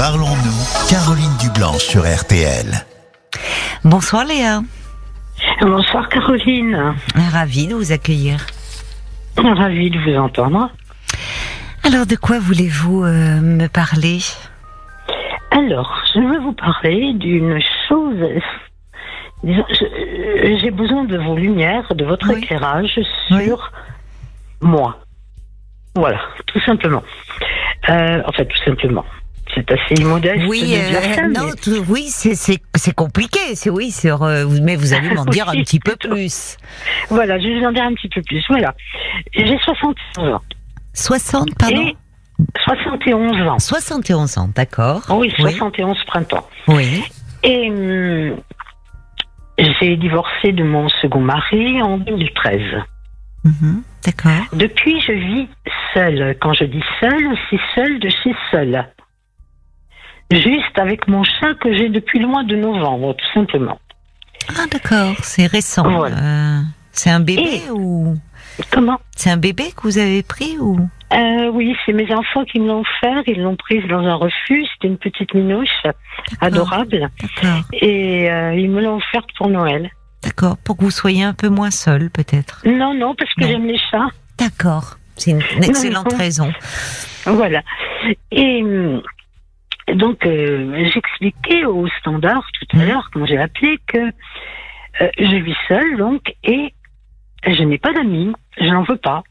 Parlons-nous, Caroline Dublanche sur RTL. Bonsoir Léa. Bonsoir Caroline. Ravie de vous accueillir. Ravie de vous entendre. Alors de quoi voulez-vous me parler ? Alors, je veux vous parler d'une chose. Disons, j'ai besoin de vos lumières, de votre éclairage sur moi. Voilà, tout simplement. Tout simplement. C'est assez modeste. Oui, de dire ça, oui, c'est compliqué. Mais vous allez m'en dire un petit peu plus. Voilà, je vais vous en dire un petit peu plus. Voilà, j'ai 71 ans. 60, pardon. Et 71 ans. 71 ans, d'accord. Oui, 71 printemps. Oui. Et j'ai divorcé de mon second mari en 2013. D'accord. Depuis, je vis seule. Quand je dis seule, c'est seule de chez seule. Juste avec mon chat que j'ai depuis le mois de novembre, tout simplement. Ah d'accord, c'est récent. Voilà. C'est un bébé ou... Comment ? C'est un bébé que vous avez pris ou... Oui, c'est mes enfants qui me l'ont offert. Ils l'ont prise dans un refuge. C'était une petite minouche, adorable. D'accord. Et ils me l'ont offerte pour Noël. D'accord, pour que vous soyez un peu moins seule peut-être. Non, parce que j'aime les chats. D'accord, c'est une excellente raison. Voilà. Et... donc, j'expliquais au standard tout à l'heure, quand j'ai appelé, que je vis seule, donc, et je n'ai pas d'amis, je n'en veux pas.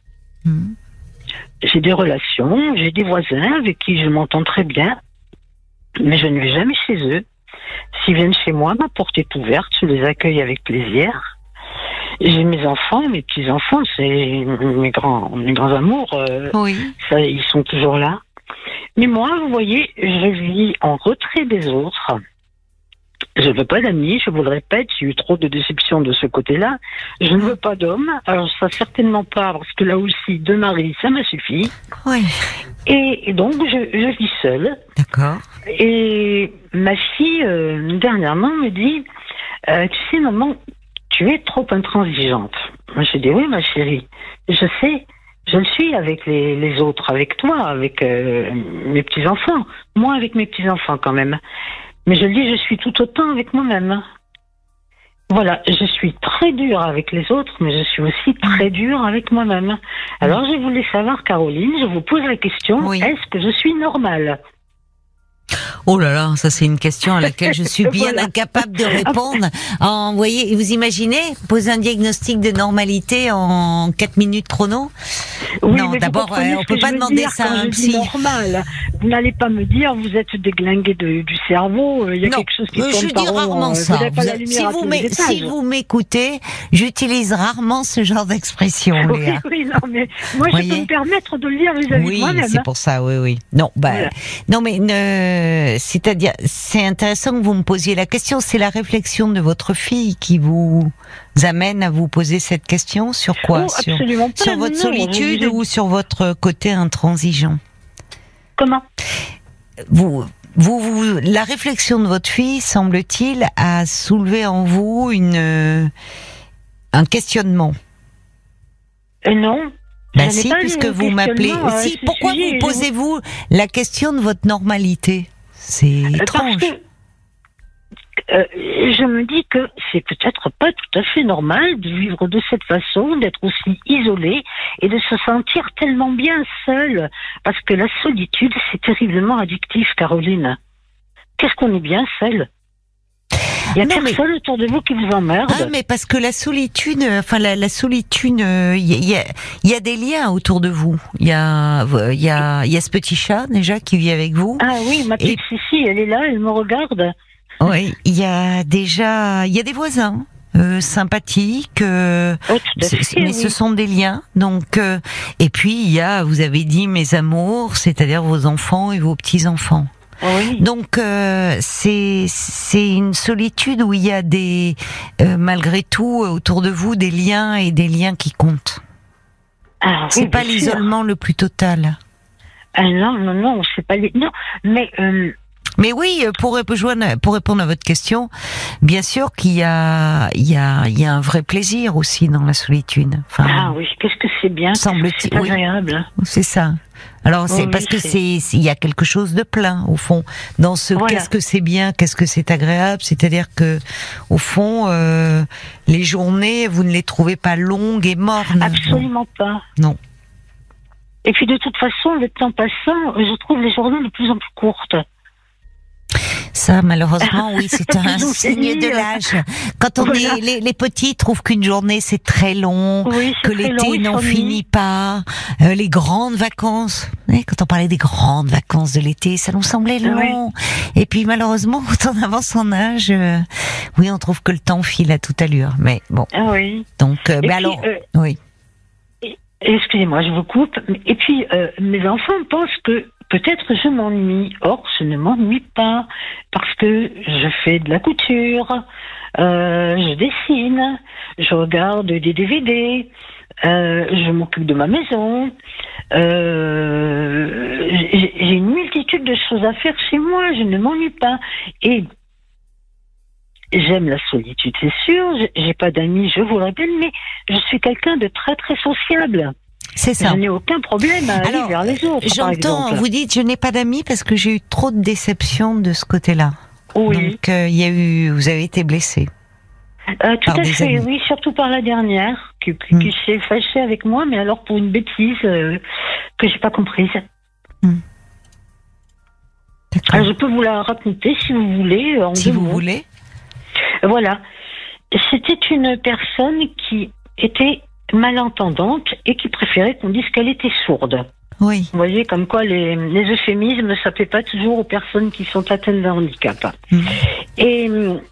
J'ai des relations, j'ai des voisins avec qui je m'entends très bien, mais je ne vais jamais chez eux. S'ils viennent chez moi, ma porte est ouverte, je les accueille avec plaisir. J'ai mes enfants, mes petits-enfants, c'est mes grands amours, ça, ils sont toujours là. Mais moi, vous voyez, je vis en retrait des autres. Je ne veux pas d'amis, je vous le répète, j'ai eu trop de déceptions de ce côté-là. Je ne veux pas d'hommes, alors ça certainement pas, parce que là aussi, deux maris, ça m'a suffi. Oui. Et donc, je vis seule. D'accord. Et ma fille, dernièrement, me dit, tu sais, maman, tu es trop intransigeante. Moi, j'ai dit, oui, ma chérie, je sais. Je le suis avec les autres, avec toi, avec mes petits-enfants. Moi, avec mes petits-enfants, quand même. Mais je le dis, je suis tout autant avec moi-même. Voilà, je suis très dure avec les autres, mais je suis aussi très dure avec moi-même. Alors, je voulais savoir, Caroline, je vous pose la question, est-ce que je suis normale ? Oh là là, ça c'est une question à laquelle je suis bien incapable de répondre. Vous voyez, vous imaginez poser un diagnostic de normalité en 4 minutes chrono ? Oui, non, d'abord, on peut pas demander ça à un psy. Normal. Vous n'allez pas me dire vous êtes déglingué du cerveau. Il y a quelque chose qui tourne par rond. Rarement ça. Si vous m'écoutez, j'utilise rarement ce genre d'expression, Léa. Oui, non, mais moi je peux me permettre de le dire vis-à-vis de moi-même. Oui, c'est pour ça. Oui. Non, voilà. Non, mais c'est-à-dire, c'est intéressant que vous me posiez la question. C'est la réflexion de votre fille qui vous amène à vous poser cette question sur quoi ? Sur votre solitude ou sur votre côté intransigeant ? Comment ? La réflexion de votre fille, semble-t-il, a soulevé en vous un questionnement. Non. Si, puisque vous m'appelez. Pourquoi vous posez-vous la question de votre normalité ? C'est étrange. Parce que je me dis que c'est peut-être pas tout à fait normal de vivre de cette façon, d'être aussi isolé et de se sentir tellement bien seul. Parce que la solitude, c'est terriblement addictif, Caroline. Qu'est-ce qu'on est bien seul ? Il n'y a personne autour de vous qui vous emmerde. Ah, mais parce que la solitude, la solitude, il y a des liens autour de vous. Il y a ce petit chat, déjà, qui vit avec vous. Ah oui, ma petite Sissi, elle est là, elle me regarde. Oui, il y a des voisins sympathiques, mais ce sont des liens. Donc, et puis vous avez dit mes amours, c'est-à-dire vos enfants et vos petits-enfants. Oui. Donc c'est une solitude où il y a malgré tout autour de vous des liens et des liens qui comptent. C'est pas l'isolement le plus total. Non, c'est pas non, mais Mais oui, pour répondre à votre question, bien sûr qu'il y a un vrai plaisir aussi dans la solitude. Enfin, Ah oui, qu'est-ce que c'est bien, semble-t-il, c'est agréable. oui, c'est ça. Alors c'est parce que il y a quelque chose de plein au fond dans ce qu'est-ce que c'est bien, qu'est-ce que c'est agréable, c'est-à-dire que au fond les journées vous ne les trouvez pas longues et mornes. Absolument pas. Non. Et puis de toute façon, le temps passant, je trouve les journées de plus en plus courtes. Ça, malheureusement, oui, c'est un signe de l'âge. Quand on est, les petits trouvent qu'une journée c'est très long, que l'été n'en finit pas, les grandes vacances. Quand on parlait des grandes vacances de l'été, ça nous semblait long. Et puis malheureusement, quand on avance en âge, oui, on trouve que le temps file à toute allure. Mais bon. Ah oui. Donc, puis, alors, oui. Excusez-moi, je vous coupe. Et puis, mes enfants pensent que peut-être je m'ennuie. Or, je ne m'ennuie pas parce que je fais de la couture, je dessine, je regarde des DVD, je m'occupe de ma maison. J'ai une multitude de choses à faire chez moi. Je ne m'ennuie pas. Et j'aime la solitude, c'est sûr. J'ai pas d'amis, je vous le répète, mais je suis quelqu'un de très très sociable. C'est ça. Je n'ai aucun problème à aller vers les autres. J'entends, vous dites, je n'ai pas d'amis parce que j'ai eu trop de déceptions de ce côté-là. Oui. Donc, vous avez été blessé. Tout à fait, amis. Oui, surtout par la dernière, qui s'est fâchée avec moi, mais alors pour une bêtise que j'ai pas comprise. Alors, je peux vous la raconter si vous voulez. Si vous voulez. Voilà. C'était une personne qui était malentendante et qui préférait qu'on dise qu'elle était sourde. Oui. Vous voyez, comme quoi les euphémismes, ça ne plaît pas toujours aux personnes qui sont atteintes d'un handicap. Et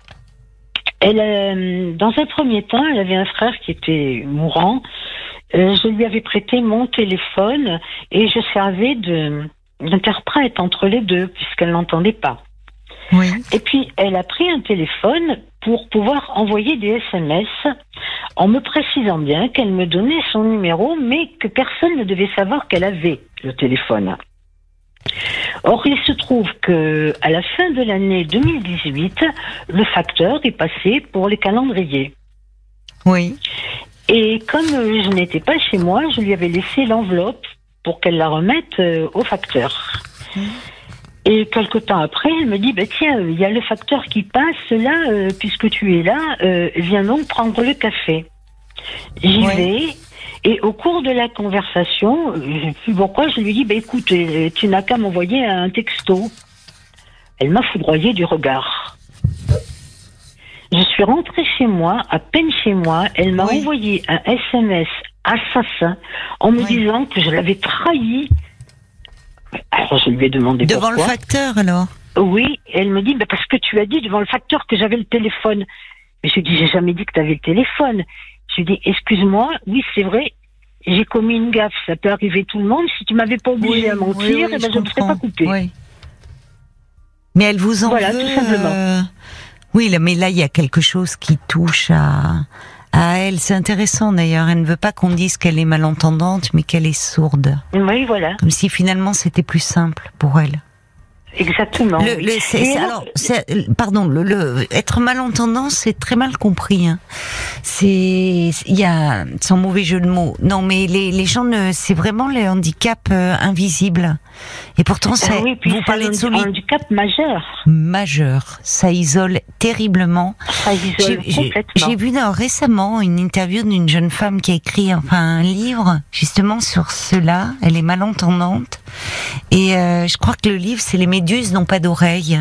elle, dans un premier temps, elle avait un frère qui était mourant. Je lui avais prêté mon téléphone et je servais d'interprète entre les deux, puisqu'elle n'entendait pas. Oui. Et puis, elle a pris un téléphone pour pouvoir envoyer des SMS en me précisant bien qu'elle me donnait son numéro, mais que personne ne devait savoir qu'elle avait le téléphone. Or, il se trouve que à la fin de l'année 2018, le facteur est passé pour les calendriers. Oui. Et comme je n'étais pas chez moi, je lui avais laissé l'enveloppe pour qu'elle la remette au facteur. Et quelque temps après, elle me dit, tiens, il y a le facteur qui passe là, puisque tu es là, viens donc prendre le café. J'y vais, et au cours de la conversation, je ne sais plus pourquoi, je lui dis, écoute, tu n'as qu'à m'envoyer un texto. Elle m'a foudroyé du regard. Je suis rentrée chez moi, à peine chez moi, elle m'a envoyé un SMS assassin en me disant que je l'avais trahi. Alors je lui ai demandé pourquoi. Devant le facteur alors? Oui, elle me dit parce que tu as dit devant le facteur que j'avais le téléphone. Mais je lui ai dit j'ai jamais dit que tu avais le téléphone. Je lui ai dit excuse-moi, oui c'est vrai, j'ai commis une gaffe, ça peut arriver tout le monde. Si tu m'avais pas obligé à mentir, je ne serais pas coupée. Oui. Mais elle vous en veut. Voilà, tout simplement. Oui, mais là il y a quelque chose qui touche à elle. C'est intéressant d'ailleurs. Elle ne veut pas qu'on dise qu'elle est malentendante, mais qu'elle est sourde. Oui, voilà. Comme si finalement c'était plus simple pour elle. Exactement. Être malentendant, c'est très mal compris. Hein. Il y a, sans mauvais jeu de mots. Non, mais les gens c'est vraiment le handicap invisible. Et pourtant, vous parlez de un handicap majeur. Majeur. Ça isole terriblement. Ça isole complètement. J'ai vu récemment une interview d'une jeune femme qui a écrit un livre justement sur cela. Elle est malentendante. Et je crois que le livre, c'est Les méduses n'ont pas d'oreilles.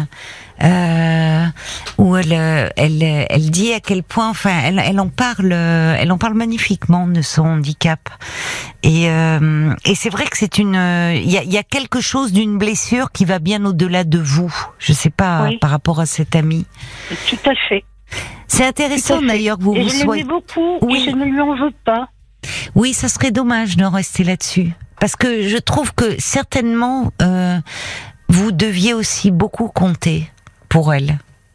Où elle dit à quel point, elle en parle magnifiquement de son handicap. Et c'est vrai que il y a quelque chose d'une blessure qui va bien au-delà de vous. Je sais pas par rapport à cette amie. Tout à fait. C'est intéressant d'ailleurs que vous vous soyez. Je l'aimais beaucoup et je ne lui en veux pas. Oui, ça serait dommage de rester là-dessus. Parce que je trouve que certainement vous deviez aussi beaucoup compter pour elle.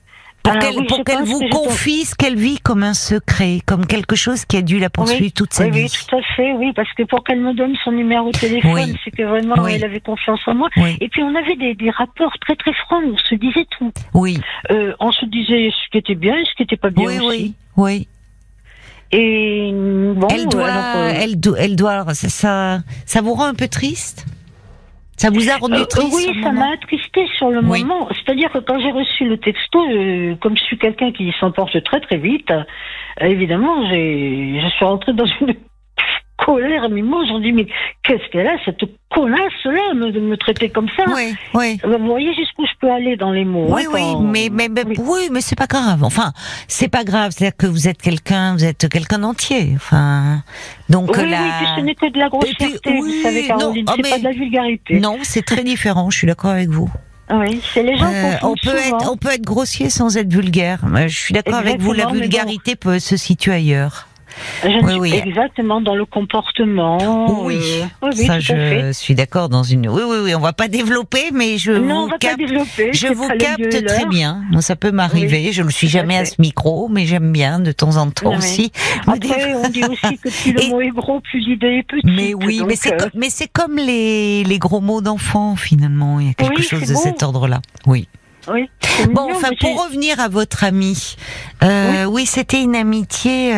Pour Alors, qu'elle, oui, pour je qu'elle pense vous que confie ce qu'elle vit comme un secret, comme quelque chose qui a dû la poursuivre toute sa vie. Oui, tout à fait, oui, parce que pour qu'elle me donne son numéro de téléphone, Oui. c'est que vraiment Oui. elle avait confiance en moi. Oui. Et puis on avait des rapports très très francs, on se disait tout. Oui, On se disait ce qui était bien et ce qui était pas bien oui, aussi. oui. Et bon, Elle doit, alors, elle doit. Alors, ça vous rend un peu triste? Ça vous a rendu triste? oui, sur le ça moment m'a attristé sur le Oui. moment. C'est-à-dire que quand j'ai reçu le texto, comme je suis quelqu'un qui s'emporte très très vite, évidemment, je suis rentrée dans une colère. Mais moi, j'en dis, mais qu'est-ce qu'elle a, cette connasse-là, de me traiter comme ça? Oui, oui. Vous voyez jusqu'où je peux aller dans les mots. Oui, hein, oui, quand- mais oui, mais c'est pas grave. Enfin, c'est pas grave. C'est-à-dire que vous êtes quelqu'un d'entier. Enfin, donc Oui, là. oui, puis ce n'est que de la grossièreté, puis, vous savez, Caroline, non, c'est mais- pas de la vulgarité. Non, c'est très différent. Je suis d'accord avec vous. Oui, c'est les gens On confondent souvent. on peut être grossier sans être vulgaire. Je suis d'accord avec vous. La Exactement, mais vulgarité peut se situer ailleurs. Oui. Exactement, dans le comportement. Oui, oui, ça tout à fait. je suis d'accord dans une. Oui, on va pas développer, mais je Non, on vous va pas capte. développer. Je c'est vous pas le capte lieu et très l'heure. bien. Moi, ça peut m'arriver. Oui, je ne le suis tout à jamais à fait. ce micro, mais j'aime bien de temps en temps Oui. aussi. Après, on dit aussi que plus le Et- mot est gros, plus l'idée est petite. Mais oui, donc, mais c'est comme les gros mots d'enfants finalement. Il y a quelque Oui, chose c'est de beau. cet ordre-là. Oui. oui, c'est Bon, mignon, enfin, mais pour revenir à votre amie, oui, c'était une amitié.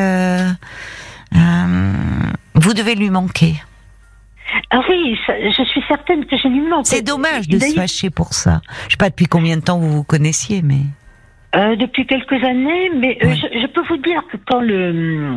Vous devez lui manquer. Ah oui, je suis certaine que je lui manque. C'est dommage de se D'ailleurs, fâcher pour ça. Je sais pas depuis combien de temps vous vous connaissiez, mais. depuis quelques années, mais Oui. je peux vous dire que quand le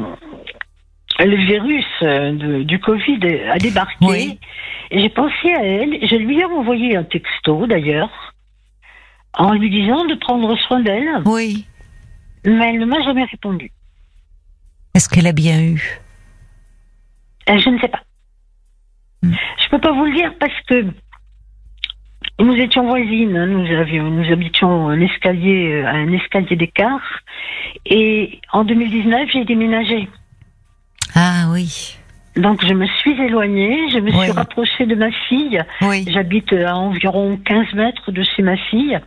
virus du Covid a débarqué, Oui. j'ai pensé à elle. Je lui ai envoyé un texto, d'ailleurs, en lui disant de prendre soin d'elle, Oui. mais elle ne m'a jamais répondu. Est-ce qu'elle a bien eu? Je ne sais pas. Je peux pas vous le dire parce que nous étions voisines, hein, nous habitions un escalier d'écart, et en 2019 j'ai déménagé. Ah oui. Donc je me suis éloignée, je me Oui. suis rapprochée de ma fille. Oui. J'habite à environ 15 mètres de chez ma fille.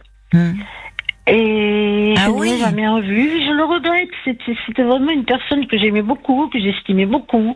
Et Ah je ne oui. l'ai jamais revue. Je le regrette. C'était vraiment une personne que j'aimais beaucoup, que j'estimais beaucoup.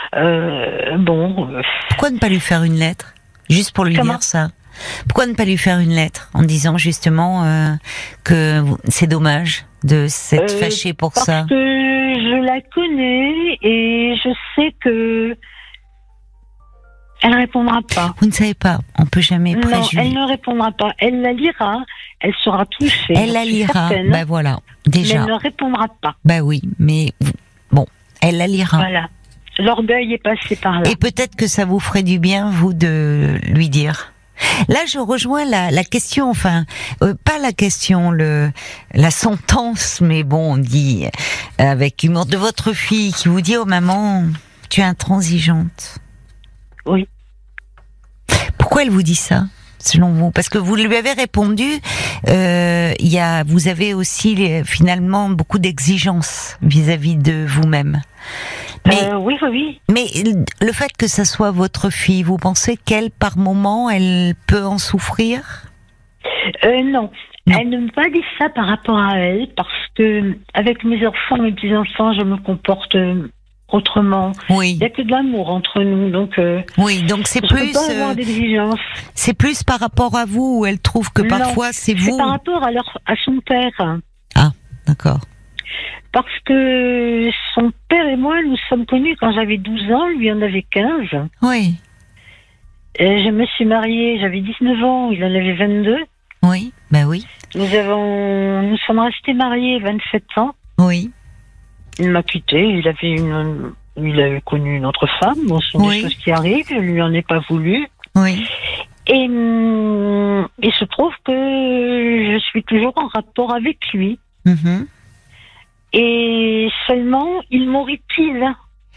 Pourquoi ne pas lui faire une lettre? Juste pour lui Comment dire ça. Pourquoi ne pas lui faire une lettre en disant justement que c'est dommage de s'être fâché pour parce ça? que je la connais et je sais que elle ne répondra pas. Vous ne savez pas, on peut jamais Non, préjuger. elle ne répondra pas. Elle la lira, elle sera touchée. Elle la je suis lira, certaine, ben voilà, mais déjà. elle ne répondra pas. Ben oui, mais bon, elle la lira. Voilà. L'orgueil est passé par là. Et peut-être que ça vous ferait du bien, vous, de lui dire. Là, je rejoins la question, enfin, pas la question, la sentence, mais bon, on dit avec humour, de votre fille qui vous dit, oh maman, tu es intransigeante. Oui. Pourquoi elle vous dit ça, selon vous? Parce que vous lui avez répondu, vous avez aussi finalement beaucoup d'exigences vis-à-vis de vous-même. Oui. Mais le fait que ça soit votre fille, vous pensez qu'elle, par moment, elle peut en souffrir? Non. Elle ne m'a pas dit ça par rapport à elle, parce que avec mes enfants, mes petits-enfants, je me comporte autrement. Oui. Il n'y a que de l'amour entre nous, donc Oui, donc c'est je ne peux plus, pas avoir d'exigence. c'est plus par rapport à vous où elle trouve que Non, parfois c'est vous. C'est par rapport à son père. Ah, d'accord. Parce que son père et moi, nous sommes connus quand j'avais 12 ans, lui en avait 15. Oui, Et je me suis mariée, j'avais 19 ans, il en avait 22. oui, ben oui, Nous sommes restés mariés 27 ans. oui, Il m'a quitté, il avait connu une autre femme. Bon, ce sont Oui. des choses qui arrivent, je lui en ai pas voulu. oui. Et il se trouve que je suis toujours en rapport avec lui. Mhm. Et seulement, il m'horripile.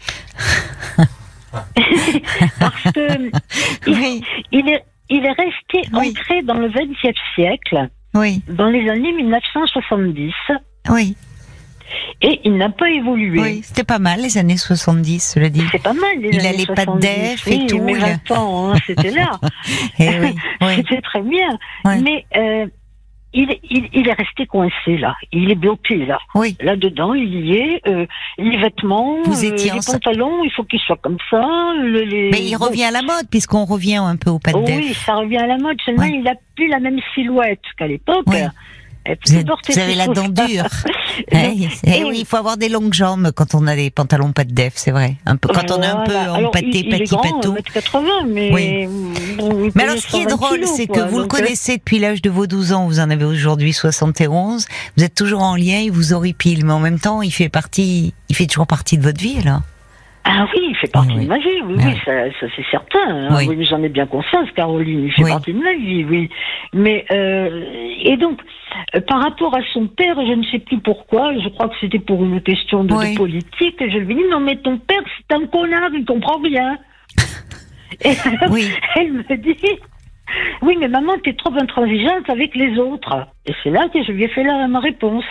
Parce que Oui, il est resté Oui. ancré dans le XXe siècle, oui, dans les années 1970, oui, et il n'a pas évolué. oui. C'était pas mal les années 70, cela dit. C'est pas mal, les Il années allait pas de 70. def et Oui, tout, mais il- 20 ans, hein, c'était là. Eh oui, oui, C'était très bien. Ouais. Mais il est resté coincé là. Il est bloqué là. Oui. Là-dedans, il y est. Les vêtements, Vous étiez les pantalons, il faut qu'ils soient comme ça. Mais il revient à la mode, puisqu'on revient un peu au pas de def. Oui, ça revient à la mode. Seulement, il n'a plus la même silhouette qu'à l'époque. Oui. Vous avez la dent dure. Oui, il faut avoir des longues jambes quand on a des pantalons pas de def, c'est vrai. Un peu, quand on est un peu empâté, petit-pato. 1m80, mais... Oui. Mais alors, ce qui est drôle, c'est que vous le connaissez depuis l'âge de vos 12 ans, vous en avez aujourd'hui 71, vous êtes toujours en lien, il vous horripile, mais en même temps, il fait toujours partie de votre vie, là. Ah oui, il fait partie de ma vie, oui, ça c'est certain. Hein. Oui, mais j'en ai bien conscience, Caroline, il fait partie de ma vie, oui. Mais, et donc, par rapport à son père, je ne sais plus pourquoi, je crois que c'était pour une question de politique, je lui ai dit, non mais ton père c'est un connard, il comprend rien. Et alors, elle me dit, oui mais maman, t'es trop intransigeante avec les autres. Et c'est là que je lui ai fait ma réponse.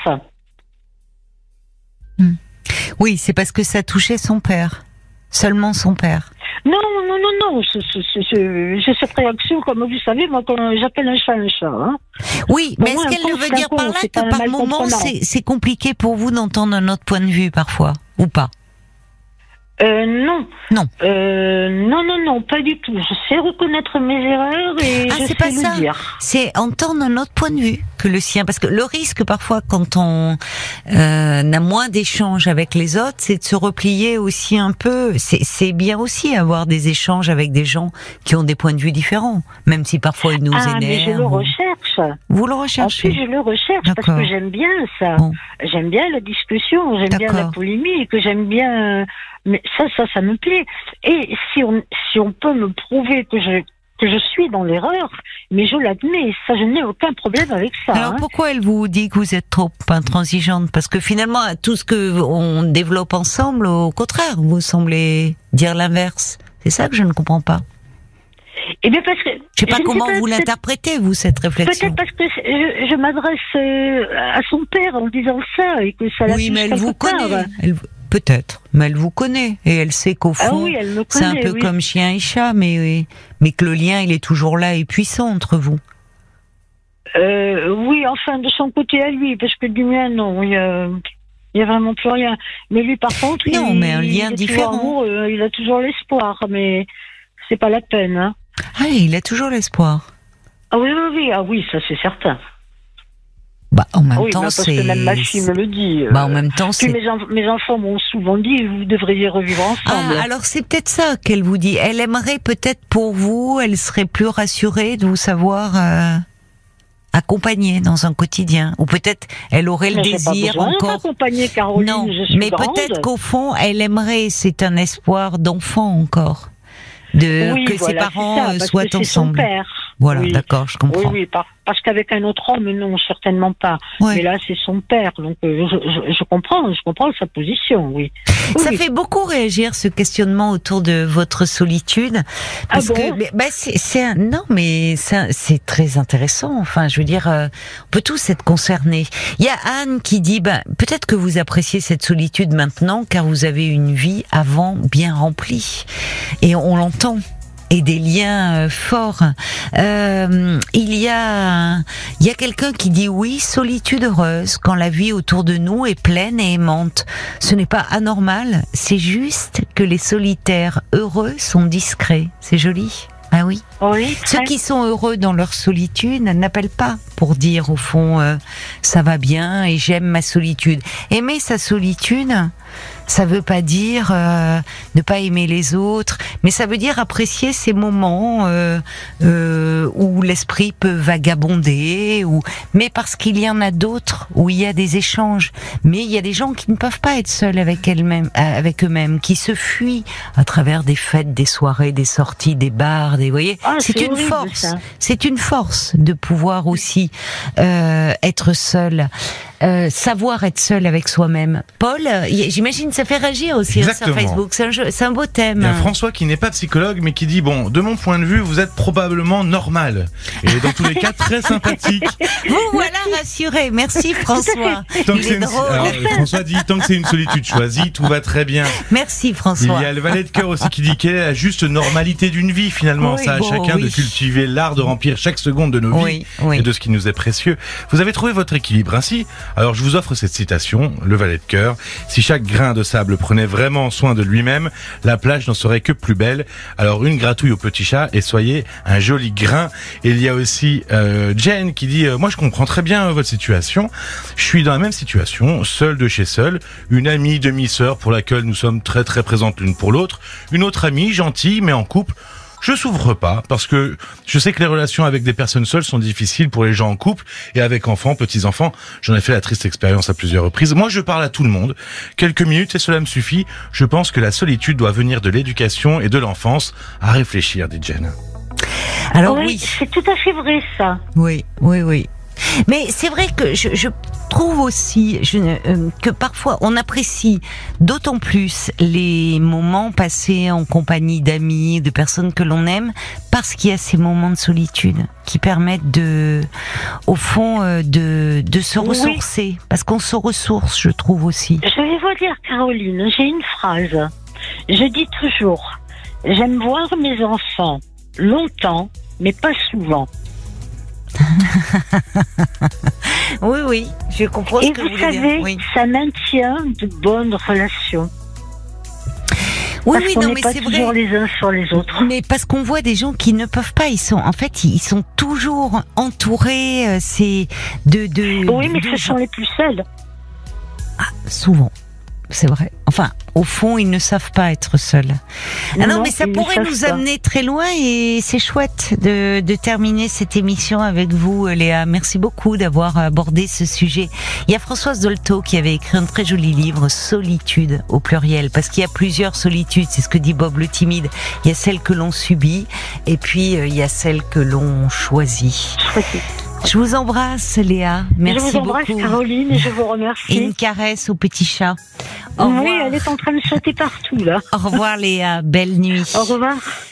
Oui, c'est parce que ça touchait son père. Seulement son père. Non. J'ai cette réaction, comme vous savez, moi, quand j'appelle un chat. Hein. Oui, mais est-ce qu'elle veut dire par là que par moment, c'est compliqué pour vous d'entendre un autre point de vue, parfois, ou pas? Non. Non, pas du tout. Je sais reconnaître mes erreurs et je sais le dire. C'est entendre un autre point de vue que le sien. Parce que le risque, parfois, quand on a moins d'échanges avec les autres, c'est de se replier aussi un peu. C'est bien aussi avoir des échanges avec des gens qui ont des points de vue différents, même si parfois ils nous énervent. Mais je le recherche. Vous le recherchez? En plus, je le recherche parce que j'aime bien ça. Bon. J'aime bien la discussion, j'aime bien la polémique, j'aime bien... Mais ça me plaît. Et si on peut me prouver que je suis dans l'erreur, mais je l'admets, ça, je n'ai aucun problème avec ça. Alors pourquoi elle vous dit que vous êtes trop intransigeante? Parce que finalement, tout ce que on développe ensemble, au contraire, vous semblez dire l'inverse. C'est ça que je ne comprends pas. Eh bien parce que je sais pas comment vous l'interprétez, vous, cette réflexion. Peut-être parce que je m'adresse à son père en disant ça et que ça la touche mais elle vous connaît. Peut-être, mais elle vous connaît et elle sait qu'au fond, c'est un peu comme chien et chat, mais que le lien il est toujours là et puissant entre vous. Oui, enfin de son côté à lui, parce que du mien non, il y a vraiment plus rien. Mais lui par contre, mais un lien différent. Il a toujours l'espoir, mais c'est pas la peine. Hein. Ah, il a toujours l'espoir. Ah oui, ça c'est certain. En même temps, parce que même ma fille me le dit. En même temps, puis mes enfants m'ont souvent dit, vous devriez revivre ensemble. Alors c'est peut-être ça qu'elle vous dit. Elle aimerait peut-être pour vous, elle serait plus rassurée de vous savoir accompagner dans un quotidien. Ou peut-être elle aurait le désir pas encore. Accompagner Caroline, non, je suis mais grande. Peut-être qu'au fond, elle aimerait. C'est un espoir d'enfant encore. Que ses parents soient ensemble. C'est son père. Voilà, d'accord, je comprends. Oui, parce qu'avec un autre homme, non, certainement pas. Ouais. Mais là, c'est son père, donc je comprends sa position, oui. Ça fait beaucoup réagir ce questionnement autour de votre solitude, parce que c'est très intéressant. Enfin, je veux dire, on peut tous être concernés. Il y a Anne qui dit, peut-être que vous appréciez cette solitude maintenant, car vous avez une vie avant bien remplie, et on l'entend. Et des liens forts. Il y a quelqu'un qui dit oui, solitude heureuse, quand la vie autour de nous est pleine et aimante. Ce n'est pas anormal, c'est juste que les solitaires heureux sont discrets. C'est joli. Ah oui. Ceux qui sont heureux dans leur solitude n'appellent pas pour dire au fond ça va bien et j'aime ma solitude. Aimer sa solitude, ça veut pas dire ne pas aimer les autres, mais ça veut dire apprécier ces moments où l'esprit peut vagabonder, mais parce qu'il y en a d'autres où il y a des échanges. Mais il y a des gens qui ne peuvent pas être seuls avec eux-mêmes, qui se fuient à travers des fêtes, des soirées, des sorties, des bars, vous voyez. C'est une force. Ça. C'est une force de pouvoir aussi être seul. savoir être seul avec soi-même. Paul, j'imagine ça fait réagir aussi sur Facebook. C'est un beau thème. Il y a François qui n'est pas psychologue, mais qui dit, bon, de mon point de vue, vous êtes probablement normal. Et dans tous les cas, très sympathique. Vous voilà rassuré. Merci François. François dit, tant que c'est une solitude choisie, tout va très bien. Merci François. Il y a le valet de cœur aussi qui dit quelle est la juste normalité d'une vie finalement. Ça à chacun de cultiver l'art de remplir chaque seconde de nos vies et de ce qui nous est précieux. Vous avez trouvé votre équilibre ainsi. Alors je vous offre cette citation, le valet de cœur. Si chaque grain de sable prenait vraiment soin de lui-même, la plage n'en serait que plus belle. Alors une gratouille au petit chat et soyez un joli grain. Et il y a aussi Jen qui dit moi je comprends très bien votre situation. Je suis dans la même situation, seul de chez seul, une amie demi-sœur pour laquelle nous sommes très très présentes l'une pour l'autre, une autre amie gentille mais en couple. Je souffre pas parce que je sais que les relations avec des personnes seules sont difficiles pour les gens en couple et avec enfants, petits-enfants. J'en ai fait la triste expérience à plusieurs reprises. Moi, je parle à tout le monde. Quelques minutes et cela me suffit. Je pense que la solitude doit venir de l'éducation et de l'enfance. À réfléchir, dit Jen. Alors oui, c'est tout à fait vrai ça. Oui. Mais c'est vrai que je trouve aussi que parfois on apprécie d'autant plus les moments passés en compagnie d'amis, de personnes que l'on aime, parce qu'il y a ces moments de solitude qui permettent au fond, de se ressourcer. Parce qu'on se ressource, je trouve aussi. Je vais vous dire, Caroline, j'ai une phrase. Je dis toujours, j'aime voir mes enfants longtemps, mais pas souvent. Oui, je comprends ce que vous voulez dire. Et vous savez, ça maintient de bonnes relations. Oui, parce qu'on n'est pas toujours les uns sur les autres. Mais parce qu'on voit des gens qui ne peuvent pas, ils sont toujours entourés, Oui, mais ce sont les plus seuls. Ah, souvent. C'est vrai. Enfin, au fond, ils ne savent pas être seuls. Non, mais ça pourrait nous amener très loin et c'est chouette de terminer cette émission avec vous, Léa. Merci beaucoup d'avoir abordé ce sujet. Il y a Françoise Dolto qui avait écrit un très joli livre, Solitude, au pluriel, parce qu'il y a plusieurs solitudes, c'est ce que dit Bob le timide. Il y a celle que l'on subit et puis il y a celle que l'on choisit. Je vous embrasse, Léa. Merci beaucoup. Je vous embrasse, Caroline, et je vous remercie. Et une caresse au petit chat. Oui, elle est en train de sauter partout, là. Au revoir, Léa. Belle nuit. Au revoir.